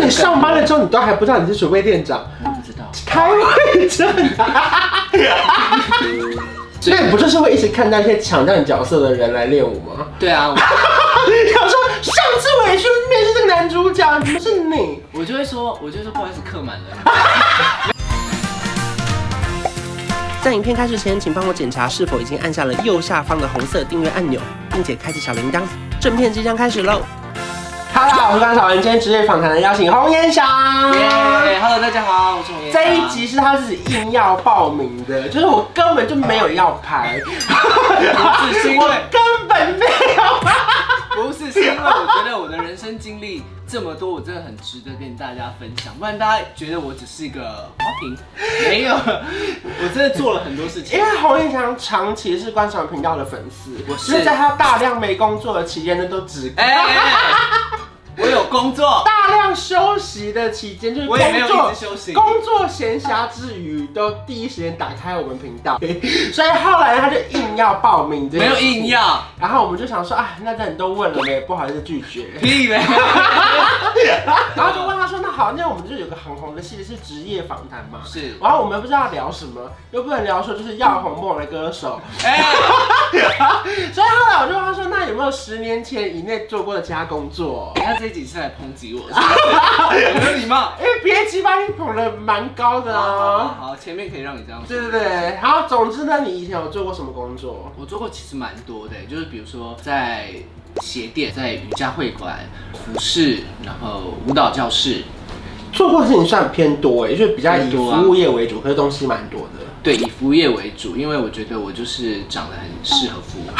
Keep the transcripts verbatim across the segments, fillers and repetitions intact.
你上班了之后，你都还不知道你是储备店长？ 我不知道。 开会证啊！那你不就是会一直看到一些抢占角色的人来练舞吗？ 对啊。 想说上次我也去面试这个男主角，怎么是你？ 我就会说，我就会说不好意思，客满了。 在影片开始前，请帮我检查是否已经按下了右下方的红色订阅按钮，并且开启小铃铛。正片即将开始喽！ Hello， 我是关少文，今天职业访谈的邀请洪彦翔。 耶 ，Hello， 大家好，我是洪彦翔。 这一集是他自己硬要报名的，就是我根本就没有要拍， 不是因为我根本没有拍。 不是，是因为我觉得我的人生经历这么多，我真的很值得跟大家分享，不然大家觉得我只是一个花瓶。没有，我真的做了很多事情。 因为洪彦翔长期是关少文频道的粉丝， 我是所以在他大量没工作的期间呢，都只哎。欸欸我有工作， 大量休息的期间就是工作， 我也没有一直休息。 工作闲暇之余，都第一时间打开我们频道，所以后来他就硬要报名这个， 没有硬要。然后我们就想说啊，那这你都问了呗，不好意思拒绝。 屁呗。 然后就问他说，那好，那我们就有个很红的系列是职业访谈嘛， 是。 然后我们不知道聊什么，又不能聊说就是要红不红的歌手，哎、欸，所以后来我就问他说，那有没有十年前以内做过的其他工作？ 他这一集是来抨击我，有没有礼貌？ 因为别集把你捧得蛮高的啊。 好，前面可以让你这样说。 对对对，好，总之呢，你以前有做过什么工作？ 我做过其实蛮多的，就是比如说在鞋店、在瑜伽会馆、服饰，然后舞蹈教室， 做过的事情算偏多哎，就是比较以服务业为主，可是东西蛮多的。 对，以服务业为主，因为我觉得我就是长得很适合服务。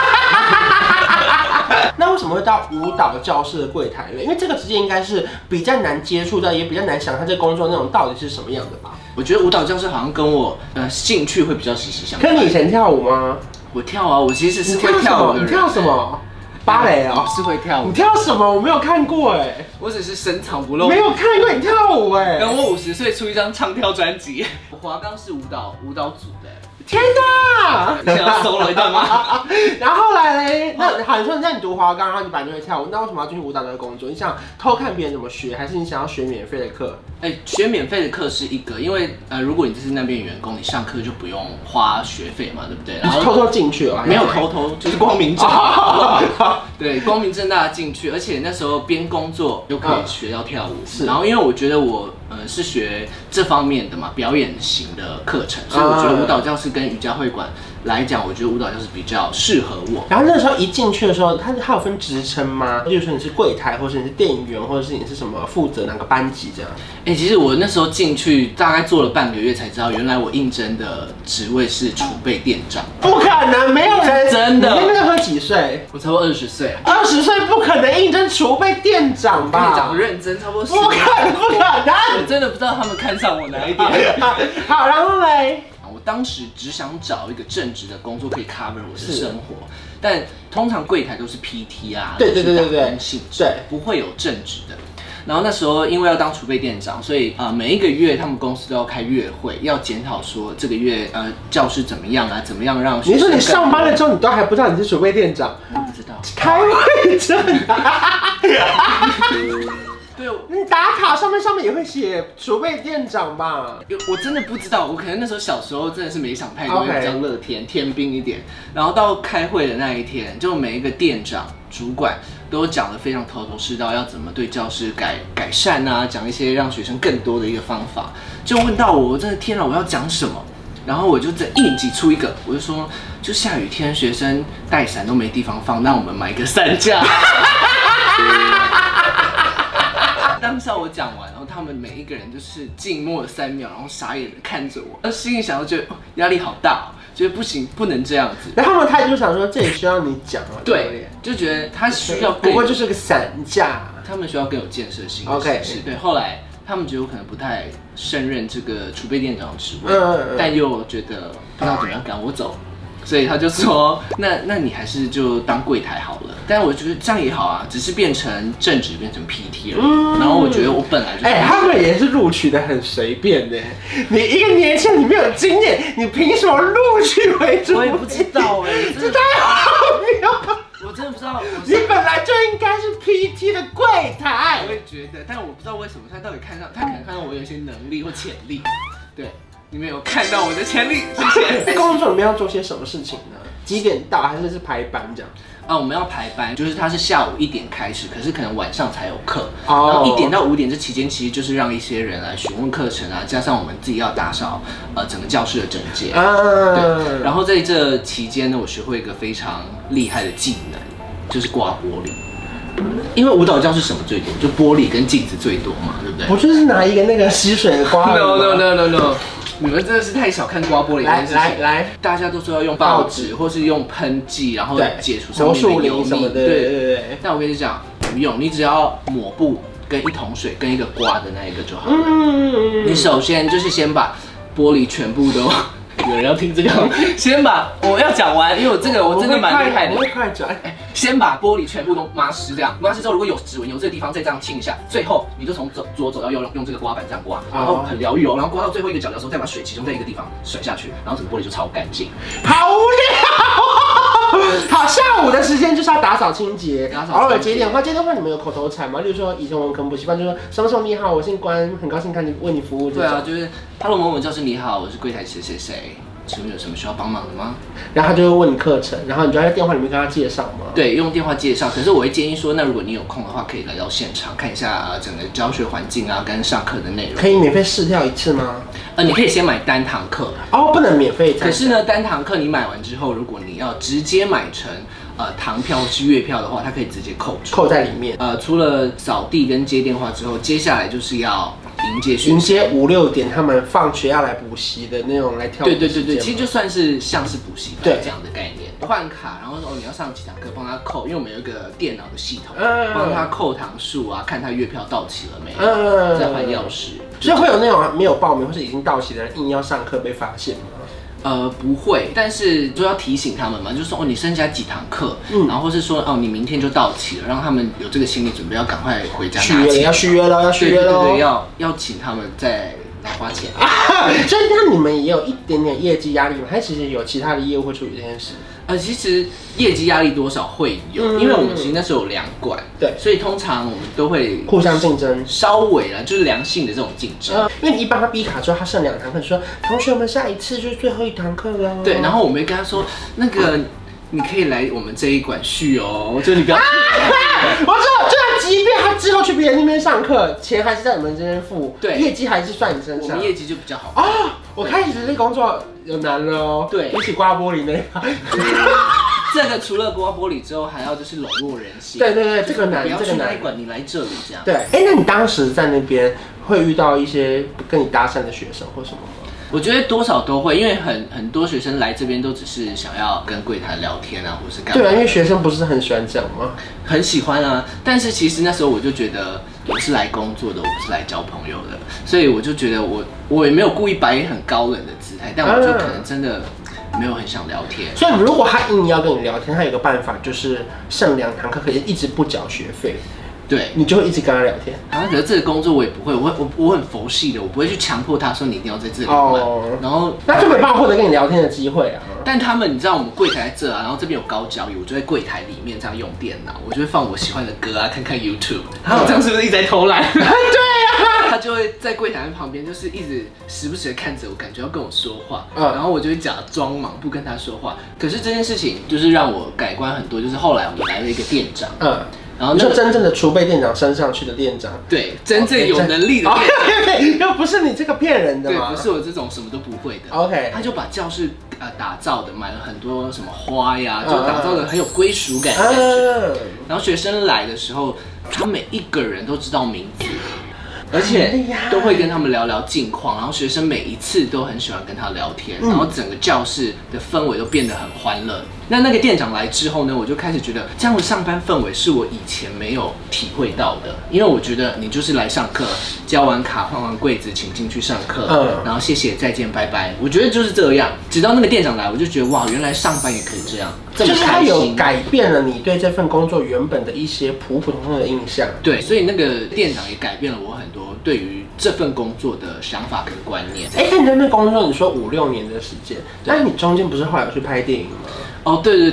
那为什么会到舞蹈教室的柜台呢？因为这个职业应该是比较难接触到，也比较难想象这个工作内容到底是什么样的吧？ 我觉得舞蹈教室好像跟我呃兴趣会比较息息相关。 跟你以前跳舞吗？ 我跳啊，我其实是会跳舞的人。 你跳什么？芭蕾哦， 是会跳舞。 你跳什么？我没有看过哎。 我只是深藏不露。 没有看过你跳舞哎。 等我五十岁出一张唱跳专辑。我华冈是舞蹈舞蹈组的。 天哪！ 你想要 solo 一段吗？ 然后后来嘞，那好，你说在你读华冈，然后你本来就会跳舞，那为什么要进去舞蹈这个工作？你想偷看别人怎么学，还是你想要学免费的课？ 哎、欸，学免费的课是一个，因为呃，如果你这是那边员工，你上课就不用花学费嘛，对不对？ 然后偷偷进去哦， 没有偷偷，就是光明正大。对，光明正大的进去，而且那时候边工作又可以学到跳舞。是，然后因为我觉得我呃是学这方面的嘛，表演型的课程，所以我觉得舞蹈教室跟瑜伽会馆来讲，我觉得舞蹈教室比较适合我。 然后那时候一进去的时候，它它有分职称吗？例如说你是柜台，或者你是店员，或者是你是什么负责哪个班级这样？ 哎、欸，其实我那时候进去大概做了半个月才知道，原来我应征的职位是储备店长。 不可能，没有人真的。 你那时候几岁？ 我差不多二十岁。 二十岁不可能应征储备店长吧？ 店长认真，差不多。 不可能，不可能！ 我真的不知道他们看上我哪一点。 好，然后嘞。 我当时只想找一个正职的工作可以 cover 我的生活，但通常柜台都是 P T 啊， 对对对对对， 性质，对，不会有正职的。然后那时候因为要当储备店长，所以啊、呃、每一个月他们公司都要开月会，要检讨说这个月呃教室怎么样啊，怎么样让学生。 你说你上班了之后，你都还不知道你是储备店长？ 我不知道。 开会证啊！ 对， 你打卡上面上面也会写储备店长吧？ 我真的不知道，我可能那时候小时候真的是没想太多， okay. 比较乐天天兵一点。然后到开会的那一天，就每一个店长、主管都讲得非常头头是道，要怎么对教室改改善啊，讲一些让学生更多的一个方法。就问到我，我真的天啊，我要讲什么？然后我就在硬挤出一个，我就说，就下雨天学生带伞都没地方放，那我们买一个伞架。当下我讲完，然后他们每一个人就是静默了三秒，然后傻眼的看着我，心里想到觉得压力好大、哦，觉得不行，不能这样子。 然后他们态度想说，这也需要你讲啊。 对，就觉得他需要， 不过就是个伞架， 他们需要更有建设性。 OK， 是对。后来他们觉得我可能不太胜任这个储备店长的职位， 嗯嗯、 但又觉得不知道怎么样赶我走。所以他就说，那那你还是就当柜台好了。但是我觉得这样也好啊，只是变成正职，变成 P T 而已。嗯、然后我觉得我本来就……哎、 欸，他们也是录取的很随便的。你一个年轻人，你没有经验，你凭什么录取为主？ 我也不知道哎、欸， 这太好妙了。 我真的不知道， 你本来就应该是 P T 的柜台。 我也觉得，但我不知道为什么他到底看到，他可能看到我有一些能力或潜力。对，你们有看到我的潜力？谢谢。 在工作里面要做些什么事情呢？几点到，还是是排班这样？ 啊，我们要排班，就是它是下午一点开始，可是可能晚上才有课。 哦、 然后一点到五点这期间，其实就是让一些人来询问课程啊，加上我们自己要打扫呃整个教室的整洁。啊，对。然后在这期间呢，我学会一个非常厉害的技能，就是刮玻璃。因为舞蹈教室什么最多？就玻璃跟镜子最多嘛，对不对？ 我就是拿一个那个吸水的刮。 No no no no no。你们真的是太小看刮玻璃这件事情。 来来来， 大家都说要用报纸或是用喷剂，然后解除上面的油腻。 对对对对。 但我跟你讲，不用，你只要抹布跟一桶水跟一个刮的那一个就好了。嗯。你首先就是先把玻璃全部都。有人要听这个，先把我要讲完，因为我这个我真的蛮厉害的。 我会快讲。 先把玻璃全部都抹湿，这样抹湿之后，如果有指纹油这个地方再这样清一下，最后你就从左左走到右，用这个刮板这样刮，然后很疗愈哦，然后刮到最后一个角的时候，再把水集中在一个地方甩下去，然后整个玻璃就超干净。 好无聊。好，下午的时间就是要打扫清洁，偶尔接电话。接电话你们有口头禅吗？例如说以前我们可能补习班就说什么什么你好，我姓关，很高兴看你为你服务。 对啊，就是 Hello 某某教室你好，我是柜台谁谁谁。请问有什么需要帮忙的吗？ 然后他就会问你课程，然后你就在电话里面跟他介绍吗？ 对，用电话介绍。可是我会建议说，那如果你有空的话，可以来到现场看一下呃整个教学环境啊，跟上课的内容。 可以免费试跳一次吗？ 呃，你可以先买单堂课哦，不能免费。 可是呢，单堂课你买完之后，如果你要直接买成呃堂票或是月票的话，它可以直接扣除扣在里面。 呃，除了扫地跟接电话之后，接下来就是要。迎接学生， 迎接五六点他们放学要来补习的那种来跳舞。 对对对对，其实就算是像是补习班这样的概念。换卡，然后哦你要上几堂课，帮他扣，因为我们有一个电脑的系统，帮、嗯、他扣堂数啊，看他月票到期了没，嗯、再换钥匙。 所以会有那种没有报名或是已经到期的人硬要上课被发现吗？ 呃，不会，但是就要提醒他们嘛，就是说哦，你剩下几堂课，嗯，然后或是说哦，你明天就到期了，让他们有这个心理准备，要赶快回家拿钱。 续约要续约了，要续约了， 对对对，要要请他们再来花钱。 啊、所以那你们也有一点点业绩压力吗？还其实有其他的业务会处理这件事？ 呃，其实业绩压力多少会有，嗯、因为我们其实那时候有两馆， 对， 所以通常我们都会互相竞争， 稍微啦，就是良性的这种竞争。 呃，因为你一帮他逼卡之后，他剩两堂课，你说同学们下一次就是最后一堂课了。 对，然后我们会跟他说，那个你可以来我们这一馆续哦，就你不要。啊、 我知道，就算即便他之后去别人那边上课，钱还是在你们这边付， 对， 业绩还是算你身上， 我们业绩就比较好。 啊、哦，我开始这工作有难了哦。 对， 一起刮玻璃那一趴。 这个除了刮玻璃之后，还要就是笼络人心。 对对对，这个难， 不要去那一馆，你来这里这样。 对，哎、欸，那你当时在那边会遇到一些跟你搭讪的学生或什么吗？ 我觉得多少都会，因为很很多学生来这边都只是想要跟柜台聊天啊，或是干嘛。 对啊，因为学生不是很喜欢这样吗？ 很喜欢啊，但是其实那时候我就觉得我是来工作的，我不是来交朋友的，所以我就觉得我我也没有故意摆很高冷的姿态，但我就可能真的没有很想聊天。 所以如果他硬要跟你聊天，他有个办法就是剩两堂课可以一直不缴学费。 对， 你就会一直跟他聊天。 啊，可是这个工作我也不会，我会我我很佛系的，我不会去强迫他说你一定要在这里玩。哦、然后那就没办法获得跟你聊天的机会啊。 但他们你知道我们柜台在这啊，然后这边有高脚椅，我就在柜台里面这样用电脑，我就会放我喜欢的歌啊，看看 YouTube。然后我这样是不是一直在偷懒？对啊，他就会在柜台旁边，就是一直时不时的看着我，感觉要跟我说话。嗯，然后我就会假装忙不跟他说话。可是这件事情就是让我改观很多，就是后来我们来了一个店长。嗯。然后就真正的储备店长升上去的店长， 对，真正有能力的店长， okay, 又不是你这个骗人的嘛， 对，不是我这种什么都不会的。 OK， 他就把教室呃打造的，买了很多什么花呀，就打造的很有归属感的感觉。然后学生来的时候，他每一个人都知道名字。而且都会跟他们聊聊近况，然后学生每一次都很喜欢跟他聊天，然后整个教室的氛围都变得很欢乐。那那个店长来之后呢，我就开始觉得这样的上班氛围是我以前没有体会到的，因为我觉得你就是来上课，交完卡换完柜子，请进去上课，嗯，然后谢谢再见拜拜，我觉得就是这样。直到那个店长来，我就觉得哇，原来上班也可以这样，这么开心。就是他有改变了你对这份工作原本的一些普普通通的印象。对， 所以那个店长也改变了我很多对于这份工作的想法跟观念。 哎、欸，那你在那工作，你说五六年的时间，那你中间不是后来有去拍电影吗？ 哦，对对对，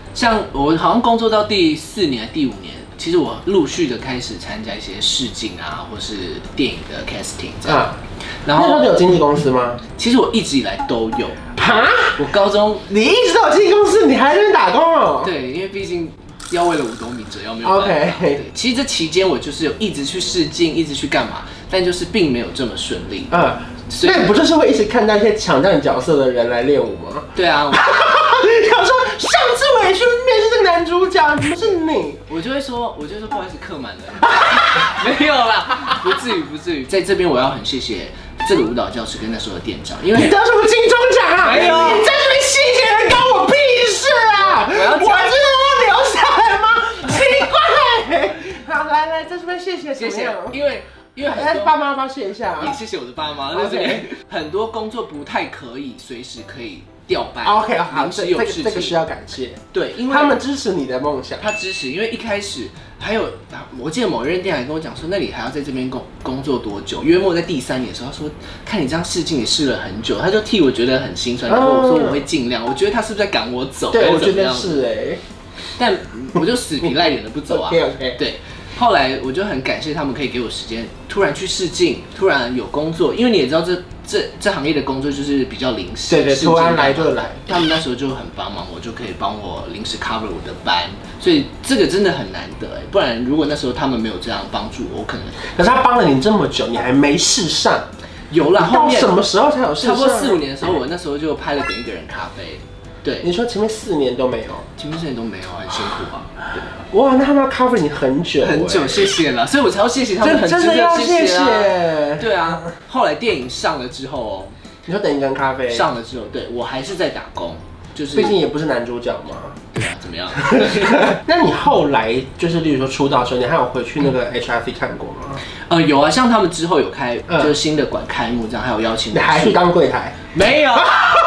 像我好像工作到第四年、第五年，其实我陆续的开始参加一些试镜啊，或是电影的 casting 这样。啊、 然后那时候你有经纪公司吗？ 其实我一直以来都有。 哈？ 我高中你一直都有经纪公司，你还在那边打工哦？ 对，因为毕竟要为了五斗米折腰，没有办法。 OK。 对，其实这期间我就是有一直去试镜，一直去干嘛，但就是并没有这么顺利。嗯。 那你不就是会一直看到一些抢占角色的人来练舞吗？ 对啊。 想说上次我也去面试这个男主角，怎么是你？ 我就会说，我就会说不好意思，客满了。没有啦，不至于，不至于。在这边我要很谢谢这个舞蹈教室跟那时候的店长，因为你得什么金钟奖啊？ 没有， 你在这边谢谢人，关我屁事啊！我要，我真的要留下来吗？奇怪。好，来来，在这边谢谢， 谢谢，因为。因为很多爸妈要不要谢一下？ 也谢谢我的爸妈，在这边很多工作不太可以随时可以调班。 OK， 好，这个这个需要感谢。 对，因为他们支持你的梦想。 他支持，因为一开始还有，我记得某一任店还跟我讲说，那你还要在这边工工作多久？约莫在第三年的时候，他说看你这样试镜也试了很久，他就替我觉得很心酸，然后我说我会尽量。我觉得他是不是在赶我走？ 对，我觉得是哎。 但我就死皮赖脸的不走啊。 OK OK。 对。后来我就很感谢他们可以给我时间，突然去试镜，突然有工作，因为你也知道这这这行业的工作就是比较临时， 对对，突然来就来。 他们那时候就很帮忙，我就可以帮我临时 cover 我的班，所以这个真的很难得哎，不然如果那时候他们没有这样帮助我，可能。 可是他帮了你这么久，你还没试上？ 有啦，后面到什么时候才有试上？ 差不多四五年的时候，我那时候就拍了《等一个人咖啡》。对， 你说前面四年都没有， 前面四年都没有，很辛苦啊。 对，哇，那他们要 cover 你很久， 很久，谢谢了，所以我才要谢谢他们，很真的要谢谢。 对啊，后来电影上了之后哦， 你说等一个人咖啡上了之后，对我还是在打工，就是毕竟也不是男主角嘛。 对啊，怎么样？ 那你后来就是，例如说出道的时候，你还有回去那个 H R C 看过吗？ 呃，有啊，像他们之后有开，就是新的馆开幕这样，还有邀请。 你还去当柜台？ 没有。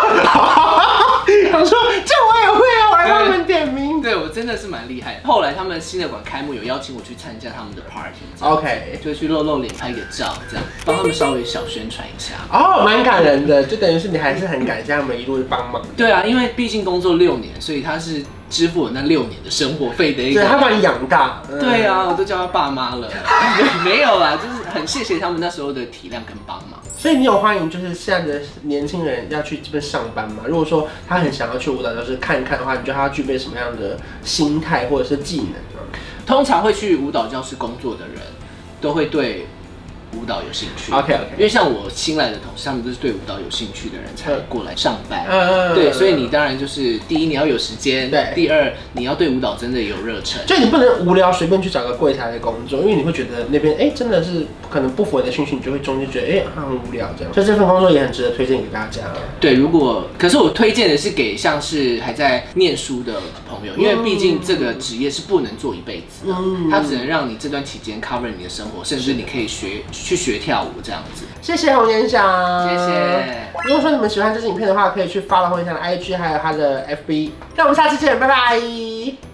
想说这我也会啊，我来帮他们点名。 对，我真的是蛮厉害的。后来他们新的馆开幕，有邀请我去参加他们的 party。OK， 就去露露脸拍个照，这样帮他们稍微小宣传一下。 哦，蛮感人的，就等于是你还是很感谢他们一路帮忙。 对啊，因为毕竟工作六年，所以他是支付我那六年的生活费的一个。 对，他把你养大。 嗯、对啊，我都叫他爸妈了。没有啦，就是很谢谢他们那时候的体谅跟帮忙。 所以你有欢迎就是现在的年轻人要去这边上班吗？如果说他很想要去舞蹈教室看一看的话，你觉得他要具备什么样的心态或者是技能呢？ 通常会去舞蹈教室工作的人，都会对舞蹈有兴趣。 OK OK， 因为像我新来的同事，他们都是对舞蹈有兴趣的人才过来上班。 嗯， 对，所以你当然就是第一你要有时间， 对；第二你要对舞蹈真的有热忱。 就你不能无聊随便去找个柜台的工作，因为你会觉得那边哎、欸、真的是可能不符合你的兴趣，你就会中间觉得哎、欸、很无聊这样。所以这份工作也很值得推荐给大家。 对，如果可是我推荐的是给像是还在念书的朋友，因为毕竟这个职业是不能做一辈子的，嗯、它只能让你这段期间 cover 你的生活，甚至你可以学去学跳舞这样子。 谢谢洪妍翔， 谢谢。 如果说你们喜欢这支影片的话，可以去 follow 洪妍翔的 I G 还有他的 F B。那我们下次见，拜拜。